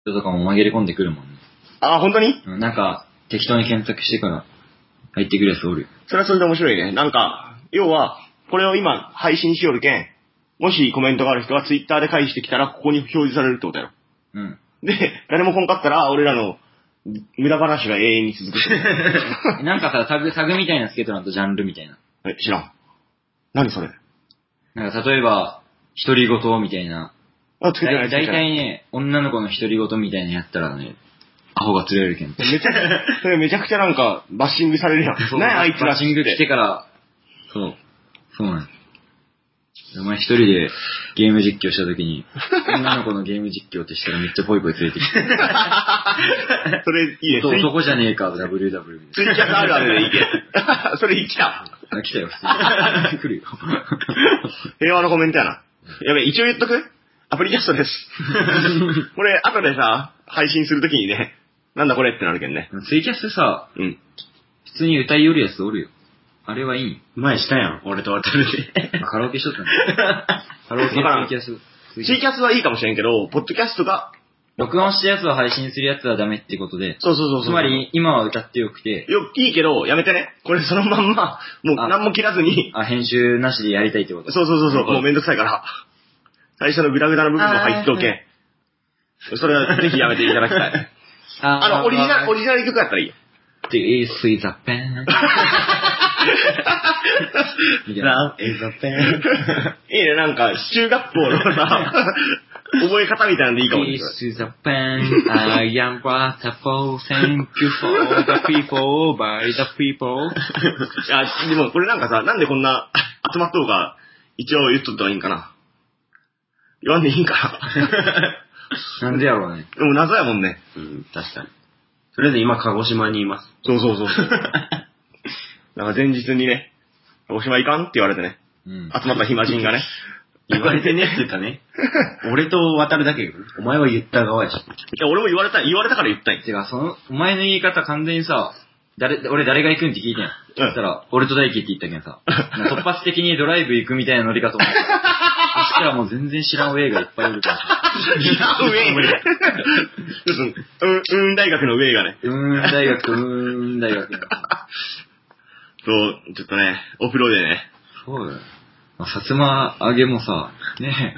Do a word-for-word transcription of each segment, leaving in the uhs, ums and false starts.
人とかも紛れ込んでくるもんね。 あ、本当に？ なんか、適当に検索してから入ってくるやつおる。 それはそれで面白いね。なんか、要は、これを今配信しよるけん、もしコメントがある人はツイッターで返してきたら、ここに表示されるってことやろ。 うん。 で、誰も来んかったら、俺らの無駄話が永遠に続く。 なんかさ、タグ、タグみたいなつけとらんとジャンルみたいな。 え、知らん。何それ？ なんか例えば、独り言みたいな。 あ、つけてない。 だいたいね、女の子の独り言みたいなのやったらね、アホが釣れるけん。 めちゃ、それめちゃくちゃなんか、バッシングされるやん。 そう何あいつらバッシング来てから、そう。そうなんです。お前一人でゲーム実況したときに、女の子のゲーム実況ってしたらめっちゃぽいぽい連れてきて。 それいいね。 男じゃねえか、ダブリューダブリュー みたいな。 ツイキャスあるあるでいいけ。それ来た。 あ、来たよ、普通に。来るよ。 平和のコメントやな。やべ、一応言っとく？アプリキャストです。これ、後でさ、配信するときにね、なんだこれってなるけんね。 ツイキャスさ、 うん。 普通に歌いよるやつおるよ。あれはいいん？ 前したやん、俺と渡るで。 カラオケしとったね。カラオケツイキャス。 ツイキャスはいいかもしれんけど、ポッドキャストが、 録音したやつを配信するやつはダメってことで。 そうそうそうそう。 つまり、今は歌ってよくて。 よ、いいけど、やめてね。これそのまんま、もう何も切らずに。 あ、編集なしでやりたいってこと？ そうそうそうそう、もうめんどくさいから。最初のグダグダの部分も入っておけ。それはぜひやめていただきたい。あの、オリジナル、オリジナル曲やったらいいよ。 This is a pen. Love is a pen. いいね、なんか、中学校のさ、覚え方みたいなんでいいかもね。 This is a pen. I am waterfall. Thank you for the people, by the people. いや、でもこれなんかさ、なんでこんな集まっとうか、一応言っとったらいいんかな。言わんでいいんかな。なんでやろうね。 でも謎やもんね。 うん、確かに。とりあえず今、鹿児島にいます。 そうそうそうそう。なんか前日にね、鹿児島行かんって言われてね。うん、集まった暇人がね。 言われてねって言ったね。俺と渡るだけどね。お前は言った側やし。いや、俺も言われた、言われたから言ったんや。 てか、その、お前の言い方完全にさ、誰、俺誰が行くんって聞いてん。そしたら、俺と大輝って言ったけんさ、突発的にドライブ行くみたいな乗り方も。そしたらもう全然知らんウェイがいっぱいいるから。 知らんウェイうん、うん大学のウェイがね。 うん大学、うん大学の。 そう、ちょっとね、お風呂でね。 そうだよ。薩摩揚げもさ、ね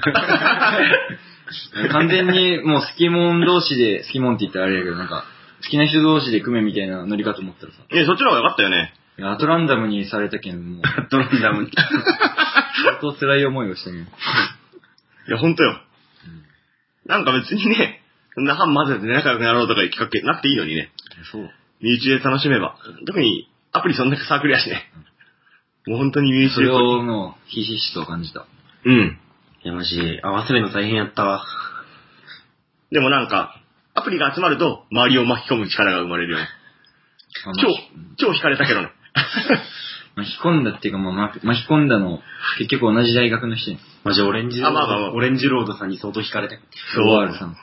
完全にもう好きもん同士で、好きもんって言ったらあれやけど、なんか、好きな人同士で組めみたいな乗り方思ったらさ。 え、そっちの方が良かったよね。 いや、アトランダムにされたけん、もう。 アトランダムに。 相当辛い思いをしたね。 いや、ほんとよ。うん、なんか別にね、そんな半混ぜて仲良くなろうとかいう企画なくていいのにね。 そう。 身内で楽しめば。特に、アプリそんだけサークルやしね。うん、もうほんとに身内で。 それをもう、ひしひしと感じた。 うん。 いや、マジ、合わせるの大変やったわ。 でもなんか、アプリが集まると、周りを巻き込む力が生まれるよね。超、超惹かれたけどね。 巻き込んだっていうか、もう巻き込んだの、結局同じ大学の人に。 マジオレンジロード、 あ、まあまあまあ、 オレンジロードさんに相当惹かれた。 そう。オーアール さん。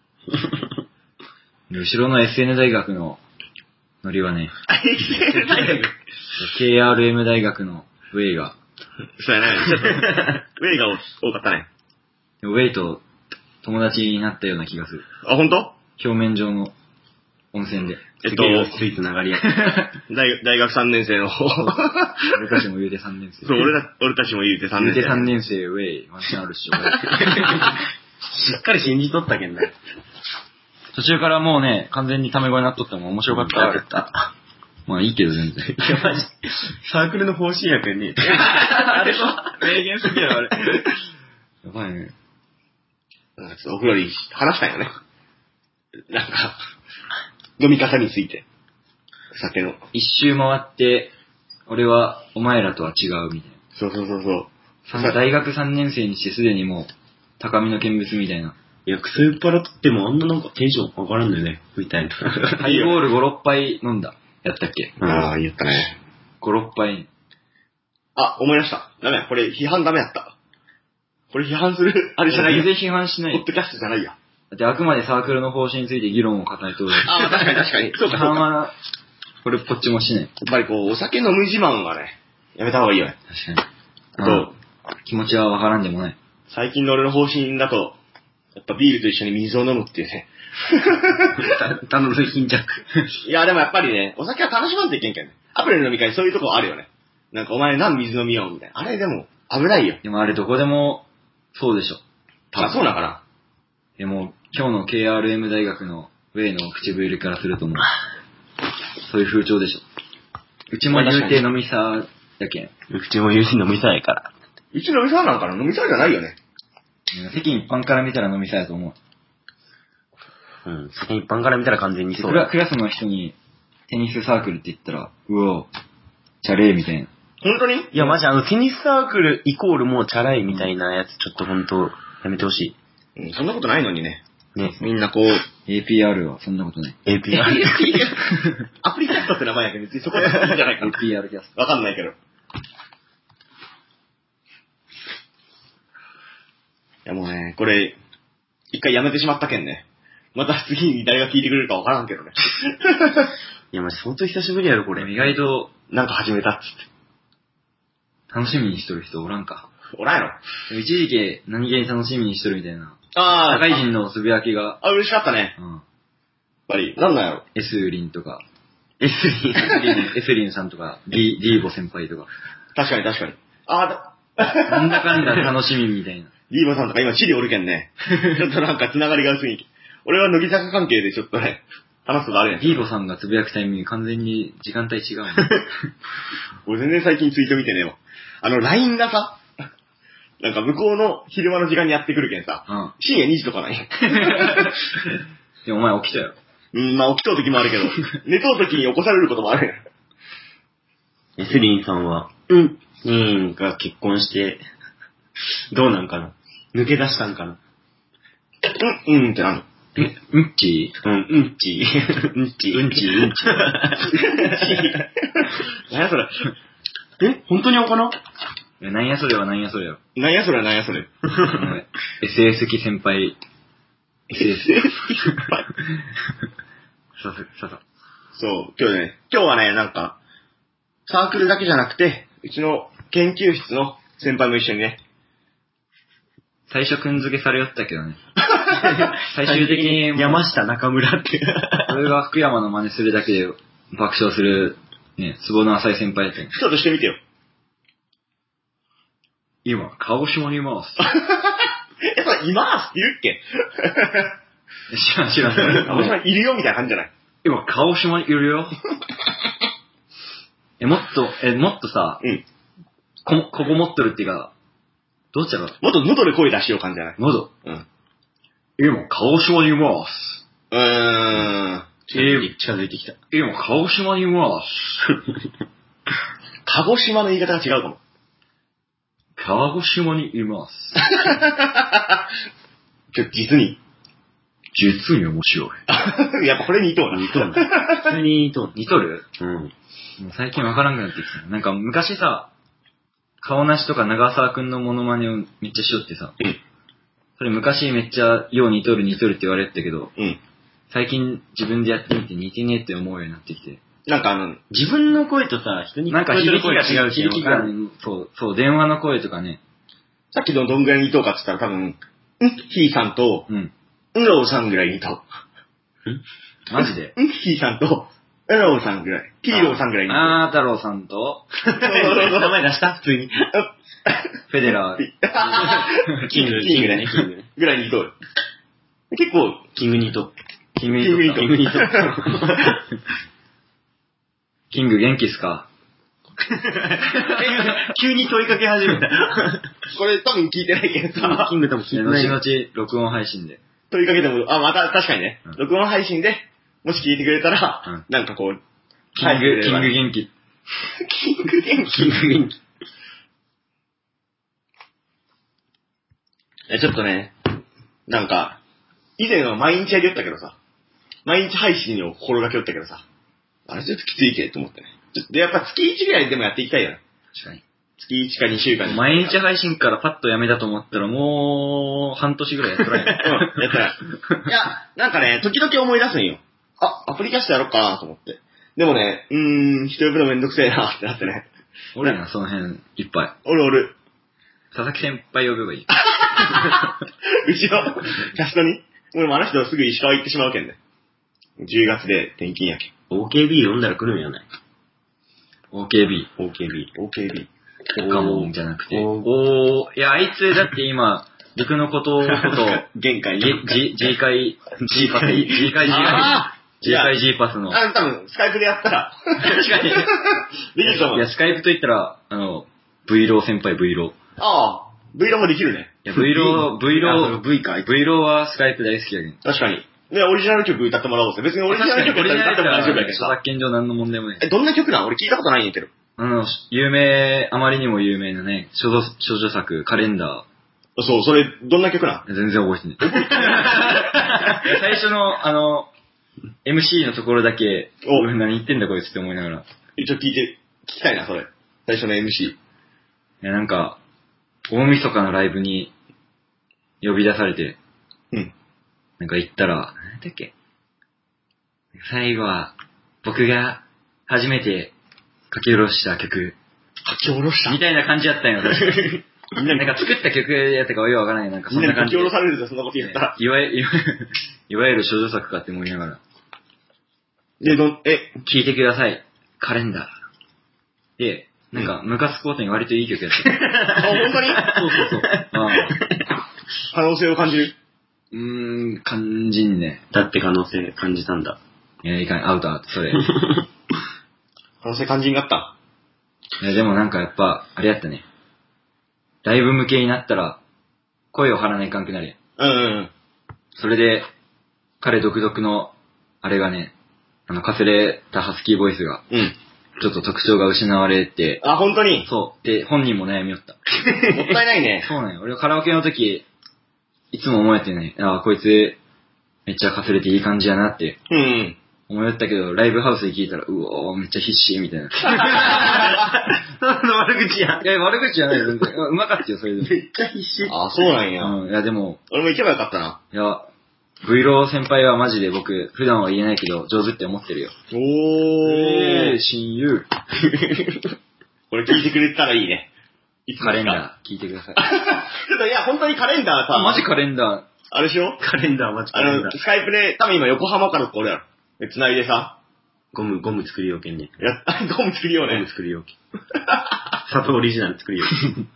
後ろの エスエヌ 大学のノリはね、 エスエヌ 大学ケーアールエム 大学のウェイが。 そうやね。ちょっと、ウェイが多かったね。 ウェイと友達になったような気がする。 あ、ほんと？ 表面上の温泉で。 えっと、 スイーツ流りや大大学さんねん生の方。 俺たちも言うてさんねん生。 そう、俺た俺たちも言うてさんねん生。 言うてさんねん生、ウェイ、ワンチャンあるっしょ。 しっかり信じとったけんね。 途中からもうね、完全にタメ語になっとったのも面白かった。 よかった。 まあいいけど全然。 いや、マジ。サークルの方針やけんね。あれは、名言すぎやろ、あれ。 やばいね。 なんかちょっとお風呂に話したんよね。なんか、飲み方について。酒の。 一周回って、俺はお前らとは違うみたいな。 そうそうそうそう。 大学さんねん生にしてすでにもう、高みの見物みたいな。 いや、薬っぱらとってもあんななんかテンション上がらんだよね、みたいな。 ハイボールご、ろっぱい飲んだ。やったっけ？ ああ、言ったね。 ご、ろっぱい。 あ、思い出した。ダメや、これ批判ダメやった。これ批判する、あれじゃないよ。 全然批判しない。 ポッドキャストじゃないや。 だってあくまでサークルの方針について議論を語りとる。 ああ、確かに確かに。そうか、そうか。 は、これっぽっちもしない。やっぱりこう、お酒飲む自慢はね、やめた方がいいよね。 確かに。そう。気持ちはわからんでもない。 最近の俺の方針だと、 やっぱビールと一緒に水を飲むっていうね。 たの貧弱。 いや、でもやっぱりね、お酒は楽しまんといけんけんね。アプリの飲み会そういうとこあるよね。なんかお前何水飲みようみたいな。あれでも危ないよ。 でもあれどこでもそうでしょ。 あ、そうなんかな。 でも今日の ケーアールエム 大学のウェイの口笛からするともう、そういう風潮でしょ。うちも言うて飲みさやけん。 うちも言うて飲みさえから。 うち飲みさなんかな、飲みさじゃないよね。 世間一般から見たら飲みさやと思う。 うん。世間一般から見たら完全にそうクラ。クラスの人にテニスサークルって言ったら、うお、チャレーみたいな。 本当に？ いや、マジあの、テニスサークルイコールもうチャラいみたいなやつ、ちょっとほんと、やめてほしうん、そんなことないのにね。 い。ね。 みんなこう、 エーピーアール はそんなことない。 エーピーアール。 アプリキャストって名前やけど別にそこでいいんじゃないかエな。 ーピーアール キャスト。 わかんないけど。いやもうね、これ、一回やめてしまったけんね。また次に誰が聞いてくれるかわからんけどね。 いや、マジほんと久しぶりやろ、これ。 意外となんか始めたっつって。 楽しみにしとる人おらんか。 おらんやろ。 でも一時期何気に楽しみにしとるみたいな。 あ社会人のつぶやきが、 あ、嬉しかったね。 うん、 やっぱり、なんなんやろ。 エスリンとか、 エスリン。 エスリン、エスリンさんとか、ディディーボ先輩とか。 確かに確かに。あだ、 なんだかんだ楽しみみたいな。 リーボさんとか今チリおるけんね。ちょっとなんか繋がりが薄い。俺は乃木坂関係でちょっとね、話すことあるやん。 ディーボさんがつぶやくタイミング完全に時間帯違うね。 俺全然最近ツイート見てねえわ。あの、ライン がさ、なんか向こうの昼間の時間にやってくるけんさ、 うん。 深夜にじとかない。 でもお前起きたよ。 うん、まあ起きとう時もあるけど、寝とう時に起こされることもあるやん。 エスリンさんは、うん、うんが結婚して、どうなんかな。抜け出したんかな。 うん、うんってなる。 え、うんちうん、うんち。うんち。 うんち、うんち。 何やそれ。 え本当におかなえなんやそれはなんやそれよ。 何やそれ何やそれ。 エスエス 期先輩。エスエス。ささ、ささ。 そう、今日ね、今日はね、なんか、サークルだけじゃなくて、うちの研究室の先輩も一緒にね、 最初くん付けされよったけどね。最終的に、 山下中村って。 俺が福山の真似するだけで爆笑する、ね、ツボの浅い先輩やったよ。 ちょっとしてみてよ。 今、鹿児島にいます。 え、それ、いますって言うっけ知らん、知らん。 鹿児島いるよみたいな感じじゃない？ 今、鹿児島にいるよ。え、もっと、え、もっとさ、 うん。 こ、ここ持っとるっていうか、どっちだろう。 もっと喉で声出しよう感じじゃない？ 喉。 うん。 今、鹿児島にいます。 うーん。 近づいて近づいてきた。 今、鹿児島にいます。 鹿児島の言い方が違うかも。 鹿児島にいます。 ちょ、実に。 実に面白い。 やっぱこれに似とうな。 似とんだ。普通に似とん。 似とる？ うん。 もう最近わからんくなってきた。なんか昔さ、顔なしとか長澤くんのモノマネをめっちゃしよってさ、 うん。 それ昔めっちゃよう似とる似とるって言われてたけど、 うん。 最近自分でやってみて似てねえって思うようになってきて。 なんかあの、 自分の声とさ、人になんか響きが違うし、 響きが、 そう、そう、電話の声とかね、 さっきのどんぐらい似とうかって言ったら多分、んひーさんと、 うん。 んろうさんぐらい似とう。 マジで。 んひーさんと、んろうさんぐらい。ピーローさんぐらい似とう。 あー太郎さんと、 名前出した普通に。 フェデラー。 キング、 キングね。 キングね。 ぐらい似とう。結構、 キングニート。 キングキングニートキングニート。キング元気っすか？ 急に問いかけ始めた。 これ多分聞いてないけどさ、 キング多分聞いてない。 後々録音配信で。 問いかけても、あ、また確かにね、 うん録音配信で、もし聞いてくれたら、 うんなんかこう、 キング、キング元気。 キング元気。 キング元気。 いや、ちょっとね、なんか、以前は毎日やりよったけどさ、毎日配信を心がけよったけどさ、あれちょっときついけと思ってね。ちょっとで、やっぱ月いちぐらいでもやっていきたいよね。 確かに。 月いちかにしゅうかんに。 毎日配信からパッとやめたと思ったらもう半年ぐらいやってない。 うん、やったら。いや、なんかね、時々思い出すんよ。あ、アプリキャストやろっかなと思って。でもね、うーん、人呼ぶのめんどくせえなってなってね。 俺な、その辺いっぱい。 おるおる。 佐々木先輩呼べばいい。 うちのキャストに。俺もあの人すぐ石川行ってしまうけんね。じゅうがつで転勤やけん。 オーケービー 読んだら来るんやない？ オーケービー。 オーケービー。 オーケービー。 オカモンじゃなくて。 おーおー、いや、あいつだって今、僕のことを、こと、 限界 G、G 会、G パス、G 会 G あパス、G 会 G パスの。 あの、多分、スカイプでやったら。 確かに。 できると思う。 いや、スカイプと言ったら、あの、V ロー先輩 V ロー。 ああ、V ロもできるね。 いや、V ロー、V ロー、 V か。 V ローはスカイプ大好きやけん。 確かに。で、オリジナル曲歌ってもらおうぜ。別にオリジナル曲歌っても大丈夫やけど著さ。 作権上何の問題もない。 え、どんな曲なん俺聞いたことないんやけど。 あの、有名、あまりにも有名なね、少女少女作、カレンダそう、それ、どんな曲なんー。全然覚えてない。いや最初の、あの、エムシー のところだけ、 お俺何言ってんだこいつって思いながら。 一応聞いて、聞きたいな、それ。最初の エムシー。 いや、なんか、大晦日のライブに呼び出されて、 うん。 なんか行ったら、何だっけ最後は、僕が初めて書き下ろした曲、 書き下ろした。 みたいな感じだったんよ、確かみんななんか作った曲やったかよくわからない、なんかそみんなに書き下んな感じで。 ろされるぞ、そんなこと言ったら。 いわゆる、いわゆるいわゆる少女作かって思いながら、 で、どん、え、 聴いてください、カレンダー。で、なんか、ムカつくことに割といい曲やった。 あ、本当にそうそうそう。ああ可能性を感じる。 うーん、感じんね。 だって可能性感じたんだ。 いや、いかん、アウトアウト、それ。い可能性感じんがった。 や、でもなんかやっぱ、あれやったね。ライブ向けになったら、声を張らないかんくなるやん。 うんうんうん。 それで、彼独特の、あれがね、あの、かすれたハスキーボイスが、 うん。 ちょっと特徴が失われて、 あ、本当にそう。で、本人も悩みよった。 もったいないね。 そうなんよ。俺カラオケの時、いつも思えてね、ああ、こいつ、めっちゃかすれていい感じやなってうんうん。 思いよったけど、ライブハウスで聞いたら、うおー、めっちゃ必死、みたいな。 悪口や。 いや、悪口じゃないよ、全然。うまかったよ、それでも。 めっちゃ必死。 あ、そうなんや。 うん、いや、でも、 俺も行けばよかったな。 いや、V ロー先輩はマジで僕、普段は言えないけど、上手って思ってるよ。 おえー、 ー。 親友。 これ聞いてくれたらいいね。いつカレンー。 ダー、聞いてください。 ちょっといや、本当にカレンダーさ、 あ、マジカレンダあれでしょカレンダー、マジカあレンダーの、。スカイプで、多分今横浜からこれやろ。で、繋いでさ、 ゴム、ゴム作りようけんね。 やっ、ゴム作りようゴムね。 作りようけん。砂糖オリジナル作りようけん。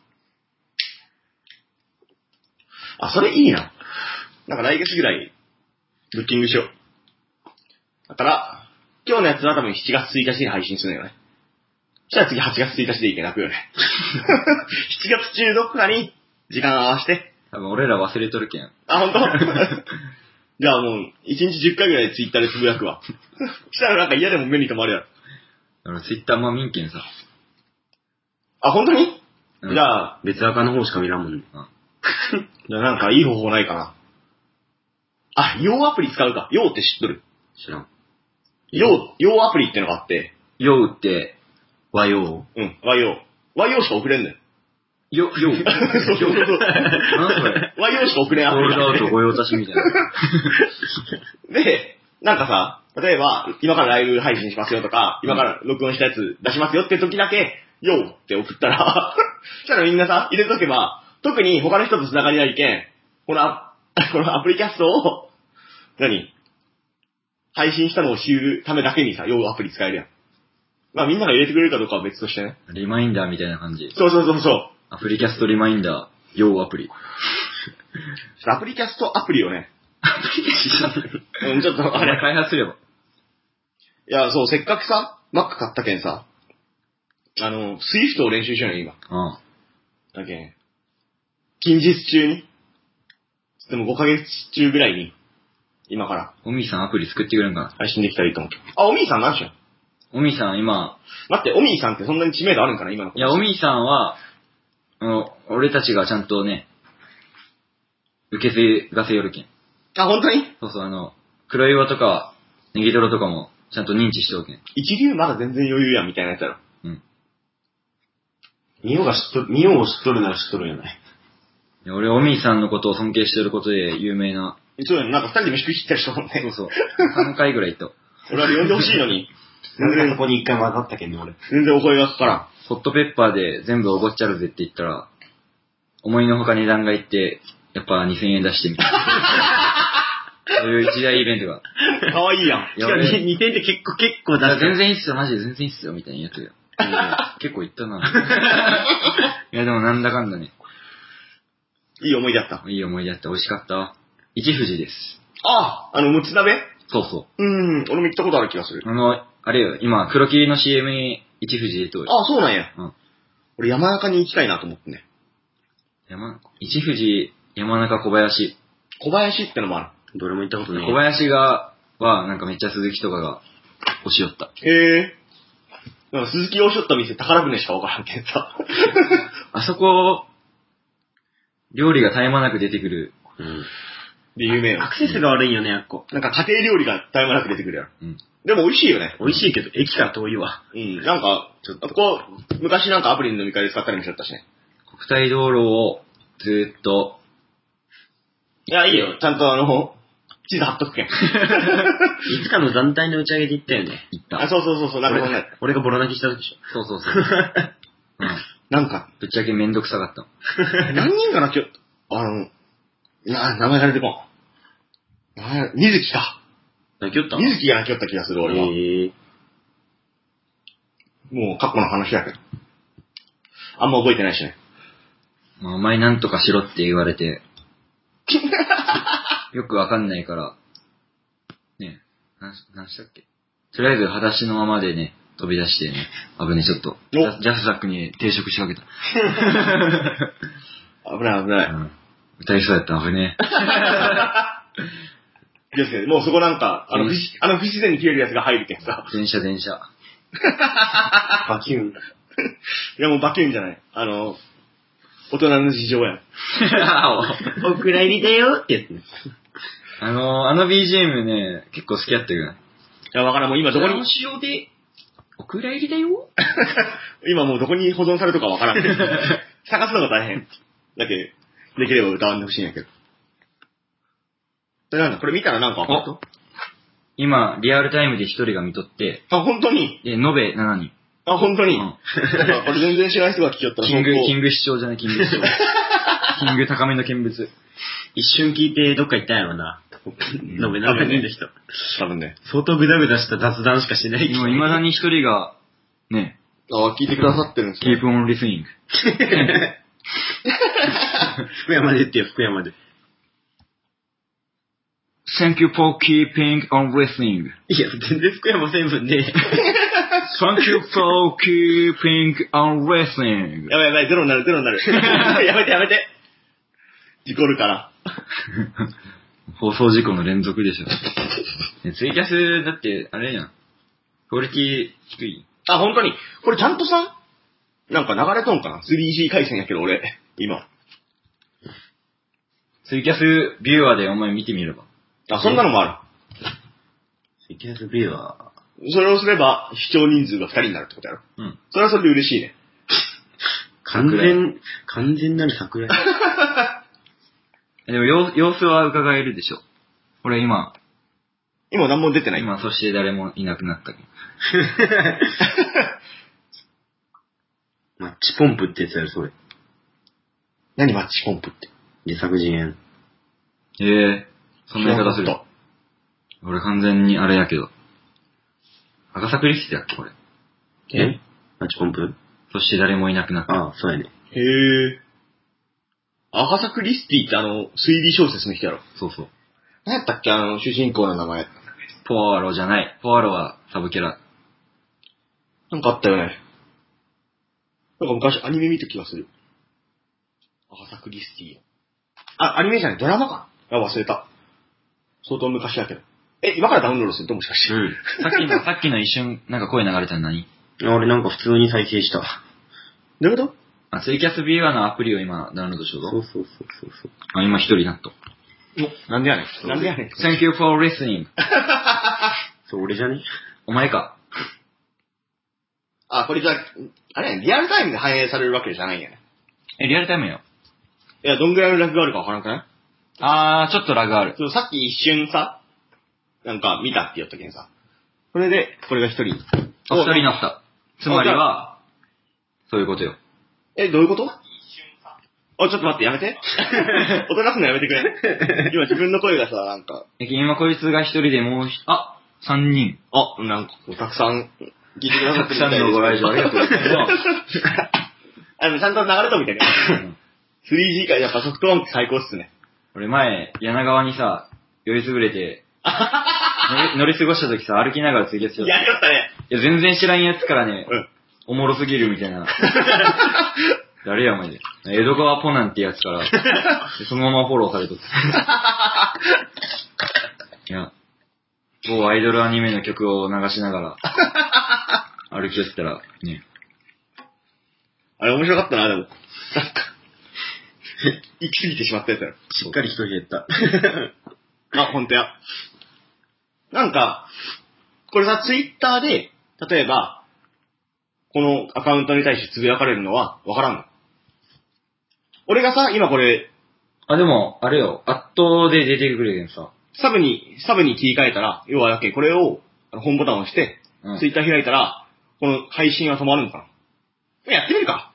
あ、それいいな。なんか来月ぐらい、ブッキングしよう。だから、今日のやつは多分しちがつついたちに配信するのよね。そしたら次はちがつついたちでいけなくよね。しちがつ中どっかに時間合わせて。 ー。多分俺ら忘れとるけん。 あ、ほんとじゃあもう、いちにちじゅっかいぐらいツイッターでつぶやくわ。そしたらなんか嫌でも目に留まるやろ。 俺ツイッターあんま見んけんさ。 あ、ほんとに、 うんじゃあ、 別赤の方しか見らんもんね。 じゃあなんかいい方法ないかな。あ、用アプリ使うか。用って知っとる。 知らん。 用、用アプリってのがあって、 ようって、 和洋うん、和洋。和洋しか送れんのよ。 よ、よう。 そうそうそう。 なんそれ。 和洋しか送れんアソールドアウトプ御用達みたいな。 リ。で、なんかさ、例えば、今からライブ配信しますよとか、今から録音したやつ出しますよって時だけ、ようって送ったら、そしたらみんなさ、入れとけば、特に他の人と繋がりないけん、このア、このアプリキャストを、何配信したのを知るためだけにさ、ようアプリ使えるやん。まあみんなが入れてくれるかどうかは別としてね。 リマインダーみたいな感じ。 そうそうそうそう。 アプリキャストリマインダー、ようアプリ。 アプリキャストアプリをね。うん、ちょっと、ああれれ。 開発すれば。 いや、そう、せっかくさ、Mac 買ったけんさ、あの、Swift を練習しようよ、今。 あだけん、近日中に、でもごかげつ中ぐらいに、今からおみーさんアプリ作ってくれんかな。 配信できたらいいと思う。あ、おみーさんなんしよおみーさん今、 待って、おみーさんってそんなに知名度あるんかな、今の子。 いや、おみーさんは、あの、俺たちがちゃんとね、受け継がせよるけん。 あ、本当にそうそう、あの、黒岩とか、ネギトロとかも、ちゃんと認知しておけん。 一流まだ全然余裕やん、みたいなやつやろ。 うん。 見ようが知っとる、見ようを知っとるなら知っとるんやない。 いや俺、おみーさんのことを尊敬してることで有名な、 そうやん、なんか二人で飯食い切ったりしたもんね。 そうそう、さんかいぐらいと、 俺は呼んでほしいのに、 なんでそこに一回混ざったけんね、俺。 全然お声がかからん。 ホットペッパーで全部おごっちゃるぜって言ったら、 思いのほか値段がいって、やっぱにせんえん出してみたいな。そういう一大イベントが。 かわいいやん。 しかもにてんって結構結構出して全然いいっすよ、マジで全然いいっすよ、みたいなやつが。結構言ったな。いやでもなんだかんだね。 いい思い出だった。 いい思い出だった。美味しかったわ。一富士です。 ああ、あの、もつ鍋そうそう。 うん、俺も行ったことある気がする。 あの、あれよ、今、黒霧の シーエム に一富士出てる。 ああ、そうなんや。 うん。 俺山中に行きたいなと思ってね。 山、一富士、山中小林。 小林ってのもある。 どれも行ったことない。 小林が、は、なんかめっちゃ鈴木とかが押し寄った。 へえ。なんか鈴木押し寄った店宝船しかわからんけんさ。 あそこ、料理が絶え間なく出てくる。 うん。 で、有名よ。 アクセスが悪いよね、あっこ。 なんか家庭料理が絶え間なく出てくるやろ。 うん。 でも美味しいよね。 美味しいけど、駅から遠いわ。 うん。なんか、ちょっと、こう、昔なんかアプリの飲み会で使ったりもしちゃったしね。 国体道路をずーっと、 いや、いいよ。ちゃんとあの、地図貼っとくけん。 いつかの団体の打ち上げで行ったよね。 行った。 あ、そうそうそうそう、なんかそんな。 俺がボロ泣きした時でしょ。 そうそうそう。うん。 なんか、 ぶっちゃけめんどくさかった。 何人かな、今日、あの、な、名前が出てこん。あ、水木か。 泣きよった水木が泣きよった気がする、俺は。 へぇもう過去の話やけど。あんま覚えてないしね。 まあ、お前なんとかしろって言われて、よくわかんないから、ね、なん、なんしたっけ。とりあえず裸足のままでね、飛び出してね、危ね、ちょっと、ジおャジャスザックに定食しかけた。 危ない危ない。 うん。歌いそうやった、危ね。 ですけど、もうそこなんか、あの、不自あの不自然に切れるやつが入るけんさ。 電車電車。 バキュン。 いやもうバキュンじゃない。あの、大人の事情や。 お蔵入りだよってやつね。 あの、あの ビージーエム ね、結構好きやったけどね。 いや、わからん。もう今どこに、 塩で、お蔵入りだよ今もうどこに保存されるかわからんけど。探すのが大変。だけど、できれば歌わんでほしいんやけど。それなんだ、これ見たらなんかわかる今、リアルタイムで一人が見とって、 あ、本当にで、延べしちにん。 あ、本当に、 うんなんかこれ全然知らない人が聞きよったらキング、キング。 グ視聴じゃない、キング視聴。キング高めの見物。 一瞬聞いてどっか行ったんやろな。延べななにんの人。 多分ね。 相当グダグダした雑談しかしないでも未だに一人が、ね、 あ、聞いてくださってるんですね。 keep on listening. 福山で言ってよ、福山で。 Thank you for keeping on listening. いや、全然福山成分ね。 Thank you for keeping on listening. やばいやばい、ゼロになる、ゼロになる。やめてやめて。事故るから。 放送事故の連続でしょ。ねツイキャス、だって、あれやん。クオリティ低い。 あ、本当に。これちゃんとさ、なんか流れとんかな ?スリージー 回線やけど俺、今。 ツイキャスビューアーでお前見てみれば。 あ、そんなのもあセキュアスビューは、 る。それをすれば、視聴人数がふたりになるってことやろ。 うん。 それはそれで嬉しいね。 完全、完全なる桜井。 でも様様子は伺えるでしょ。俺今、 今何も出てない。 今そして誰もいなくなったけど。 マッチポンプってやつやる、それ。 何マッチポンプって。 自作自演。 ええー、そんな言い方する。俺完全にあれやけど。赤坂リストやっけこれ。 えマッチポンプそして誰もいなくなった。 ああ、そうやね。 へえ。アガサ・クリスティってあの、推理小説の人やろ。 そうそう。 何やったっけあの、主人公の名前。 ポアロじゃない。ポアロはサブキャラ。 なんかあったよね。なんか昔アニメ見た気がする。アガサ・クリスティ。あ、アニメじゃない、ドラマか。あ、忘れた。相当昔やけど。え、今からダウンロードするともしかして。 うん。 さっきの、さっきの一瞬、なんか声流れたの何俺なんか普通に再生した。 どういうことあ、ツイキャスビューアーのアプリを今ダウンロードしようと。 そうそうそうそうそう。 あ、今一人なっと。 お、なんでやねん。なんでやねん。 Thank you for listening. そう、俺じゃねお前か。 あ、これじゃあ、あれやねリアルタイムで反映されるわけじゃないんやね。 え、リアルタイムよ。 いや、どんぐらいのラグがあるかわからんくないあー、ちょっとラグある。 そうさっき一瞬さ、なんか見たって言ったけんさ。それで、これが一人。 あ、二人になった。つまりは、そういうことよ。 え、どういうことあお、ちょっと待って、やめて。音出すのやめてくれ。今自分の声がさ、なんか。 今こいつが一人でもうひ、あ、三人。 あ、なんか、たくさん聞いてくださってるみたいです。 たくさんのご来場ありがとうございます。 あの、ちゃんと流れとみたいな。スリージー か、やっぱソフトバンク最高っすね。 俺前、柳川にさ、酔いつぶれて、乗り乗り過ごした時さ、歩きながらツイキャスしよう。 やりよったね。 いや、全然知らんやつからね、 うん。 おもろすぎるみたいな。誰や、マジで。江戸川ポナンってやつから、そのままフォローされとった。いや、某アイドルアニメの曲を流しながら、歩き寄ってたら、ね。 あれ面白かったな、でも。なんか、行き過ぎてしまったやつだよ。 しっかり一人でやった。 あ、ほんとや。なんか、これさ、ツイッターで、例えば、このアカウントに対してつぶやかれるのはわからんの。俺がさ、今これ、 あ、でも、あれよ、アットで出てくるけどさ、 サブに、サブに切り替えたら、要はだけこれを、ホームボタンを押して、 うんツイッター開いたら、この配信は止まるのかな。やってみるか。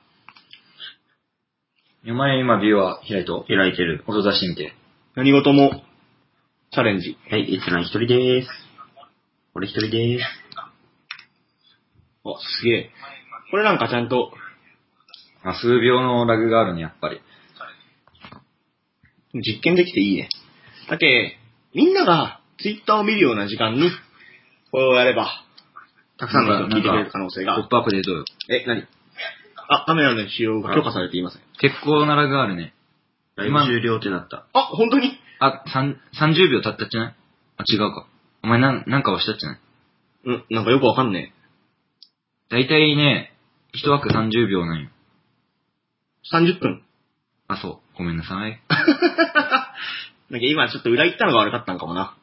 お前今ビューは開いと、 開いてる。 音出してみて。 何事も、チャレンジ。 はい、閲覧一人でーす。俺一人でーす。 あ、すげえ。これなんかちゃんと、 あ、数秒のラグがあるね、やっぱり。 実験できていいね。だけ、みんながツイッターを見るような時間に、これをやれば、たくさんの人が聞いてくれる可能性が。 ポップアップでどうよ。 え、何？あ、カメラの使用が許可されていません。 結構なラグがあるね。 ライブ終了ってなった。 あ、本当に？ あ、三さんじゅうびょう経ったっちゃない？あ、違うか。お前なん、なんか押したっちゃない？ うん、なんかよくわかんねえ。 だいたいね、一枠さんじゅうびょうなんよ。 さんじゅっぷん。 あ、そう。ごめんなさい。 なんか今ちょっと裏行ったのが悪かったんかもな。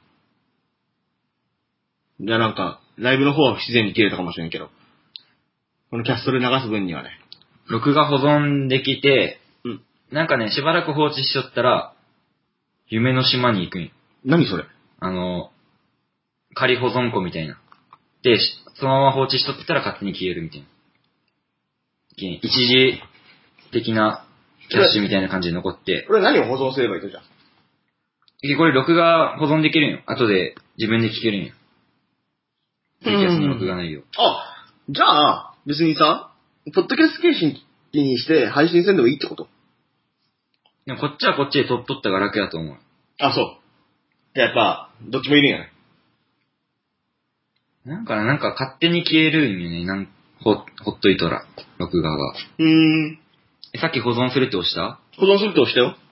じゃあなんか、ライブの方は不自然に切れたかもしれんけど。このキャストで流す分にはね。 録画保存できて、 うん。 なんかね、しばらく放置しとったら、夢の島に行くんよ。 何それ？ あの、仮保存庫みたいな。で、そのまま放置しとったら勝手に消えるみたいな。一時的なキャッシュみたいな感じで残って。 これ何を保存すればいいのじゃん。 でこれ録画保存できるんよ。後で自分で聞けるんよ。ツイキャスの録画内容。 あ、じゃあ、別にさ、ポッドキャスト形式にして配信せんでもいいってこと？ でもこっちはこっちで撮っとったが楽やと思う。 あ、そう。じゃあやっぱ、どっちもいるんやね。 なんかな、なんか勝手に消えるんよね。なんほ、ほっといたら、録画が。 うーん。 え、さっき保存するって押した？ 保存するって押したよ。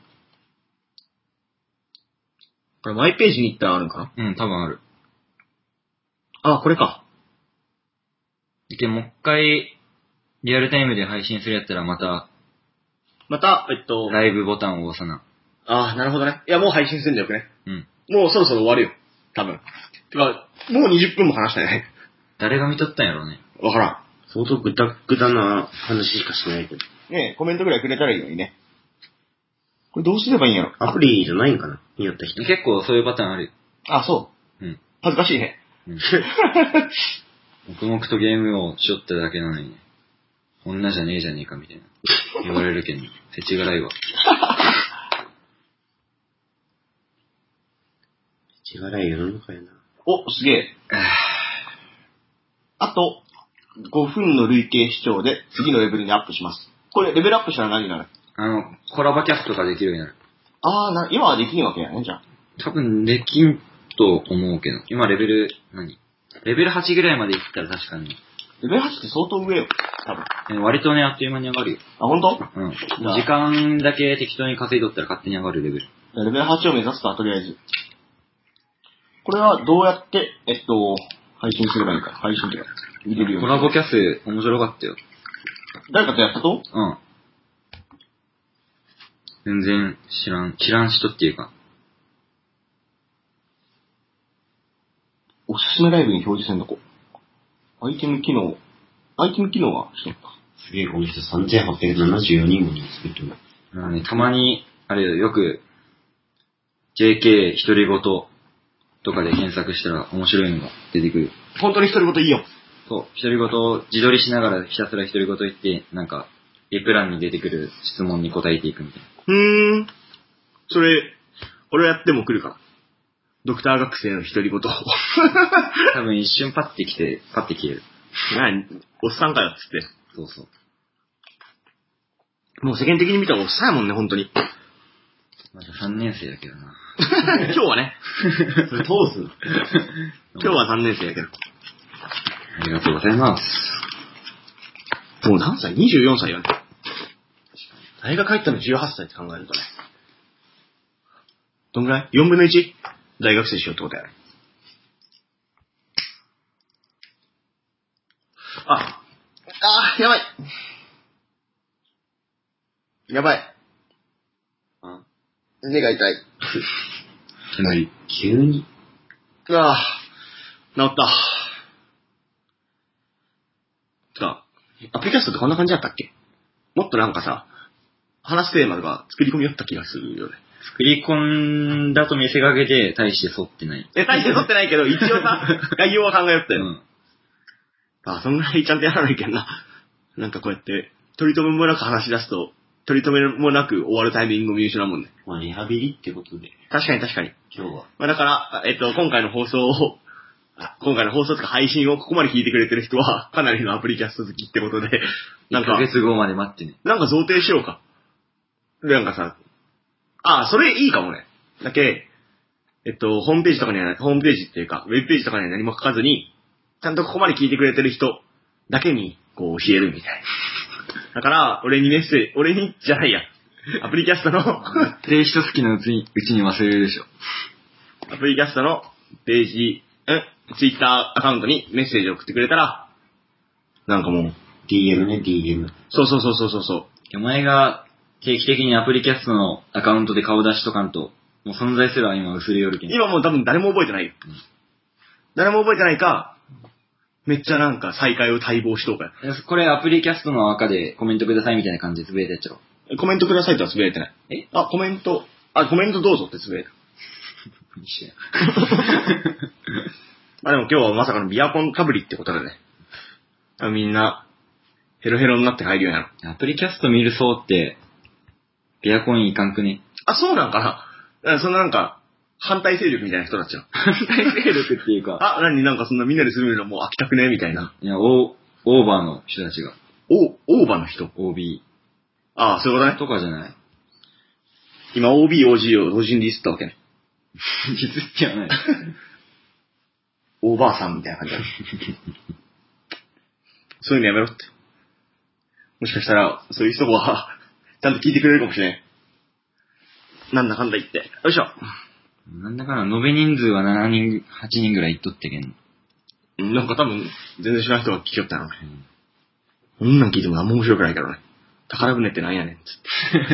これマイページに行ったらあるんかな？ うん、多分ある。 あ、これか。 で、もう一回、リアルタイムで配信するやったらまた、 また、えっと、 ライブボタンを押さな。 あ、なるほどね。いや、もう配信するんだよね。 うん。 もうそろそろ終わるよ。多分。てか、もうにじゅっぷんも話したよね。 誰が見とったんやろうね。 わからん。 相当ぐだぐだな話しかしないけど。 ねえ、コメントぐらいくれたらいいのにね。これどうすればいいんやろ？ アプリじゃないんかな見よった人。 結構そういうパターンあるよ。 あ、そう。 うん。 恥ずかしいね。 うん。黙々とゲームをしよっただけなのにね。女じゃねえじゃねえかみたいな。言われるけん、せちがらいわ。 違がらい世の中やな。 お、すげえ。あと、ごふんの累計視聴で次のレベルにアップします。これ、レベルアップしたら何になる？ あの、コラボキャストができるようになる。 あーな、今はできんわけやね、じゃあ。 多分できんと思うけど。今レベル、何レベルはちぐらいまでいったら確かに。 レベルはちって相当上よ。多分。 え割とね、あっという間に上がるよ。 あ、ほんと？ うん。時間だけ適当に稼いとったら勝手に上がるレベル。 レベルはちを目指すか、とりあえず。これはどうやって、えっと、配信すればいいか。配信とか、見れるように。 コラボキャス面白かったよ。 誰かとやったと？ うん。全然知らん、知らん人っていうか。 おすすめライブに表示せんとこ。アイテム機能。アイテム機能はしとった。 すげえ、この人さんぜんはっぴゃくななじゅうよにんも作ってる。 あのね、たまに、あれよ、よく、ジェーケー 独り言とかで検索したら面白いのが出てくる。 本当に独り言いいよ。 そう、独り言、自撮りしながらひたすら独り言言って、なんか、 エプランに出てくる質問に答えていくみたいな。 うーん。それ、俺やっても来るから。ドクター学生の独り言を。 多分一瞬パッて来て、パッて消える。 何おっさんかよっつって。 そうそう。 もう世間的に見たらおっさんやもんね、本当に。 まださんねん生だけどな。 今日はね。 それ通す今日はさんねん生やけど。 ありがとうございます。 もう何歳 ?にじゅうよん 歳よね。大学入ったのじゅうはっさいって考えるとね。どんぐらい ?よん 分のいち? 大学生しようってことやね。あ、あー、やばい。やばい。 あ目が痛い。 何急にうわぁ、治った。てか、アプリキャストってこんな感じだったっけ？もっとなんかさ、話すテーマが作り込みだった気がするよね。 作り込んだと見せかけて、大して沿ってない。 え、大して取ってないけど、一応さ、概要は考えよったよ。 うん。 あ、そんぐらいちゃんとやらないけんな。なんかこうやって、取り留めもなく話し出すと、取り留めもなく終わるタイミングを見失うもんね。 まあ、リハビリってことで、 確かに確かに。 今日は。 まあだから、えっと、今回の放送を、あ今回の放送とか配信をここまで聞いてくれてる人は、かなりのアプリキャスト好きってことで、なん 1ヶか、 月後まで待ってね。 なんか贈呈しようか。で、なんかさ、あ、それいいかもね。だけ、えっと、ホームページとかには、ホームページっていうか、ウェブページとかには何も書かずに、ちゃんとここまで聞いてくれてる人だけに、こう、教えるみたいな。だから、俺にメッセージ、俺に、じゃないや。アプリキャストの、 で、人好きのうちに、うちに忘れるでしょ。 アプリキャストのページ、え、ツイッターアカウントにメッセージを送ってくれたら、なんかもう、 ディーエム ね、ディーエム。 そうそうそうそうそうそう。 お前が定期的にアプリキャストのアカウントで顔出しとかんと、もう存在すら今薄れよるけん。 今もう多分誰も覚えてないよ。 うん誰も覚えてないか、めっちゃなんか再会を待望しとうかよ。 これアプリキャストの赤でコメントくださいみたいな感じでつぶやいてやっちゃろう。 コメントくださいとはつぶやいてない。 えあ、コメント、あ、コメントどうぞってつぶやいた。 一緒やまあでも今日はまさかのビアコンかぶりってことでね。みんな、ヘロヘロになって帰るようやろ。 アプリキャスト見る層って、ビアコンいかんくね。 あ、そうなんかな。だからそのなんか、反対勢力みたいな人たちは。 反対勢力っていうか、 あ、何なんかそんなみんなで住むのもう飽きたくねみたいな。 いや、オー、オーバーの人たちが、 お、オーバーの人。 オービああ、そういうことーね。 とかじゃない今 オービー、オージー を同時にディスったわけね。 実ってはない。 オーバーさんみたいな感じだ。そういうのやめろって。もしかしたら、そういう人は、ちゃんと聞いてくれるかもしれん。なんだかんだ言って。よいしょ。 なんだかな、延べ人数はしちにん、はちにんぐらいいっとってけん。 うんなんか多分、全然知らない人が聞きよったのね。こんなん聞いても何も面白くないからね。宝船ってなんやねん、つって。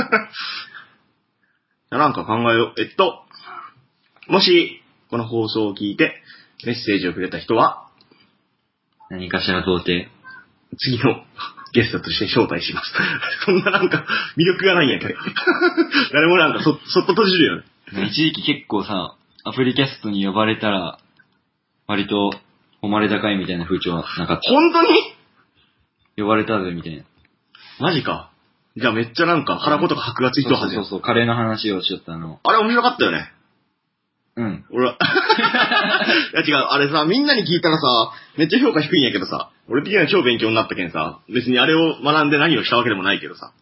なんか考えよう。えっと、もし、この放送を聞いて、メッセージをくれた人は、 何かしら到底。 次のゲストとして招待します。そんななんか、魅力がないんやけど。誰もなんかそ、そっと閉じるよね。 一時期結構さ、アプリキャストに呼ばれたら、割と、誉れ高いみたいな風潮はなかった。 本当に呼ばれたぜ、みたいな。 マジか。じゃあめっちゃなんか腹子とか箔がついてるはずやそうそうそう、カレーの話をしよったあの。 あれ面白かったよね。 うん。 俺は。いや違う、あれさ、みんなに聞いたらさ、めっちゃ評価低いんやけどさ、俺的には超勉強になったけんさ、別にあれを学んで何をしたわけでもないけどさ。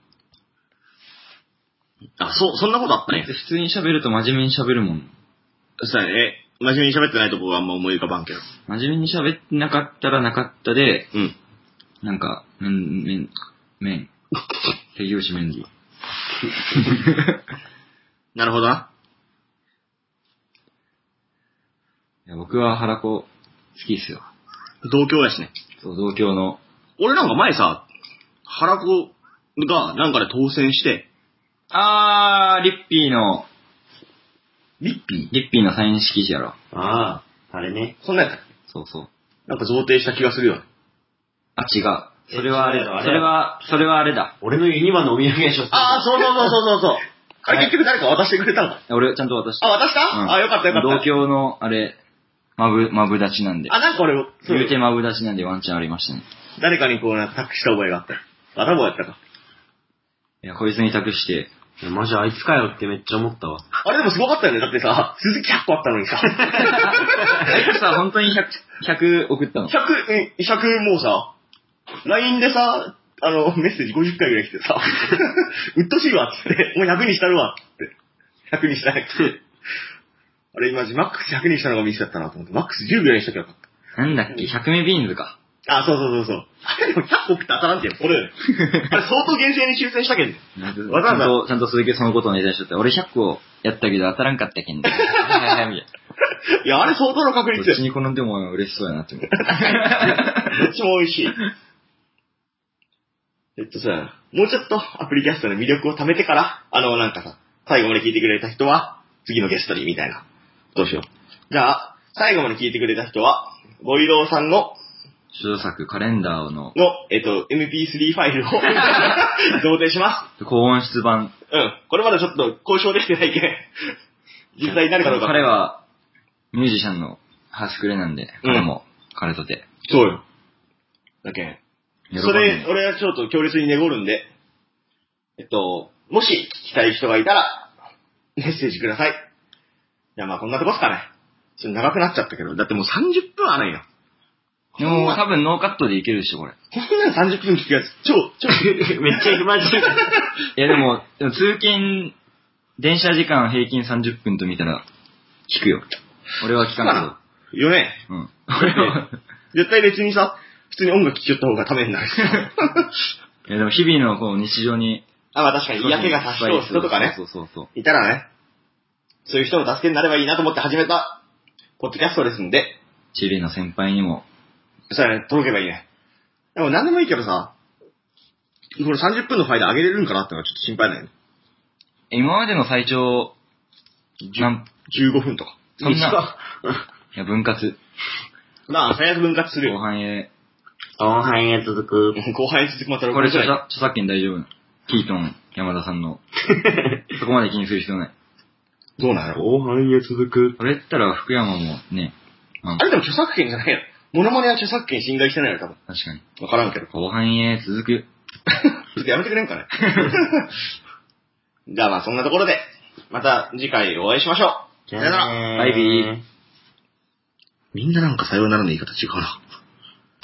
あ、そ、そんなことあったんや。 普通に喋ると真面目に喋るもん。 そうやね。真面目に喋ってないとこはあんま思い浮かばんけど。 真面目に喋ってなかったらなかったで、 うん。 なんか、めん、めん、めん。手拍子メンディ。 なるほどな。 いや僕は腹子好きっすよ。 同郷やしね。 そう、同郷の。 俺なんか前さ、腹子がなんかで当選して、 あー、リッピーの、 リッピーリッピーのサイン色紙やろ。 ああ、あれね。 そんなんやったっけそうそう。 なんか贈呈した気がするよ。 あ、違う。それはあれだ。 え違うあれそれは、それはあれだ。 俺のユニバのお土産でしょ。 ああ、そうそうそうそうそう。あれ結局誰か渡してくれたのか。 俺、ちゃんと渡した。 あ、渡した、 うんあ、よかったよかった。 同郷の、あれ、まぶ、まぶ立ちなんで。 あ、なんか俺、そう言うてまぶ立ちなんでワンチャンありましたね。 誰かにこうな、託した覚えがあったよ。 あ、ラボやったか。 いや、こいつに託して、 いやマジあいつかよってめっちゃ思ったわ。 あれでもすごかったよね。だってさ、鈴木ひゃっこあったのにさ。 あいつさ、本当にひゃく、ひゃく送ったの。 ひゃく、うんひゃくもうさ、ライン でさ、あの、メッセージごじゅっかいぐらい来てさ、うっとしいわっつって、もうひゃくにしたるわっつって、ひゃくにしたいって。あれ今、マックスひゃくにしたのがミスだったなと思って、マックスじゅうぐらいにしときゃよかった。 なんだっけ、ひゃくめビーンズか。 あ、そうそうそうそう。あれでもひゃっこ送って当たらんってよ、これ。あれ相当厳正に抽選したけんね。 わざわざ。ちゃんと、ちゃんと鈴木そのことをネタにしとって、俺ひゃっこやったけど当たらんかったけんね。はいはいはい、みたいな。 いや、あれ相当の確率どっちに転んでも嬉しそうやなって思って。 どっちも美味しい。えっとさ、もうちょっとアプリキャストの魅力を貯めてから、あの、なんかさ、最後まで聞いてくれた人は、次のゲストに、みたいな。どうしよう。じゃあ、最後まで聞いてくれた人は、ボイドウさんの、 主導作カレンダーの、 の、えっと、エムピースリー ファイルを、贈呈します。 高音質版。 うん。これまだちょっと交渉できてないけん。実際になるかどうか。 彼は、ミュージシャンの端くれなんで、彼も、彼とて。 そうよ。だけん。それ、俺はちょっと強烈に願るんで、えっと、もし聞きたい人がいたら、メッセージください。じゃあまあこんなとこっすかね。ちょっと長くなっちゃったけど、だってもうさんじゅっぷんはないよ。 でも多分ノーカットでいけるでしょ、これ。 こんなんさんじゅっぷん聞くやつ、超、超、 めっちゃ暇じゃん。 いやでも、でも通勤、電車時間平均さんじゅっぷんと見たら、聞くよ。俺は聞かんけど。よね。 うん。 絶対別にさ、普通に音楽聴きよった方がためになるし。 いやでも日々のこう日常に、 あ、まあ確かに嫌気がさしそう人とかね。 そうそうそう。 いたらね、そういう人の助けになればいいなと思って始めた、ポッドキャストですんで。 チリの先輩にも。 そうやね、届けばいいね。でも何でもいいけどさ、これさんじゅっぷんのファイル上げれるんかなってのがちょっと心配だよね。 今までの最長、 何じゅうごふんとか。 そんな。いや、分割。 まあ、最悪分割するよ。 後半へ。 後半へ続く。 後半へ続くまたこれ著作、著作権大丈夫なの。キートン、山田さんの。そこまで気にする必要ない。 どうなの？ 後半へ続く。 これ言ったら福山もね。 うん、あれでも著作権じゃないよ。モノマネは著作権侵害してないよ、多分。 確かに。 わからんけど。 後半へ続く。 ちょっとやめてくれんかね。じゃあまあそんなところで、また次回お会いしましょう。 さよなら。 バイビー。 みんななんかさようならの言い方違うな。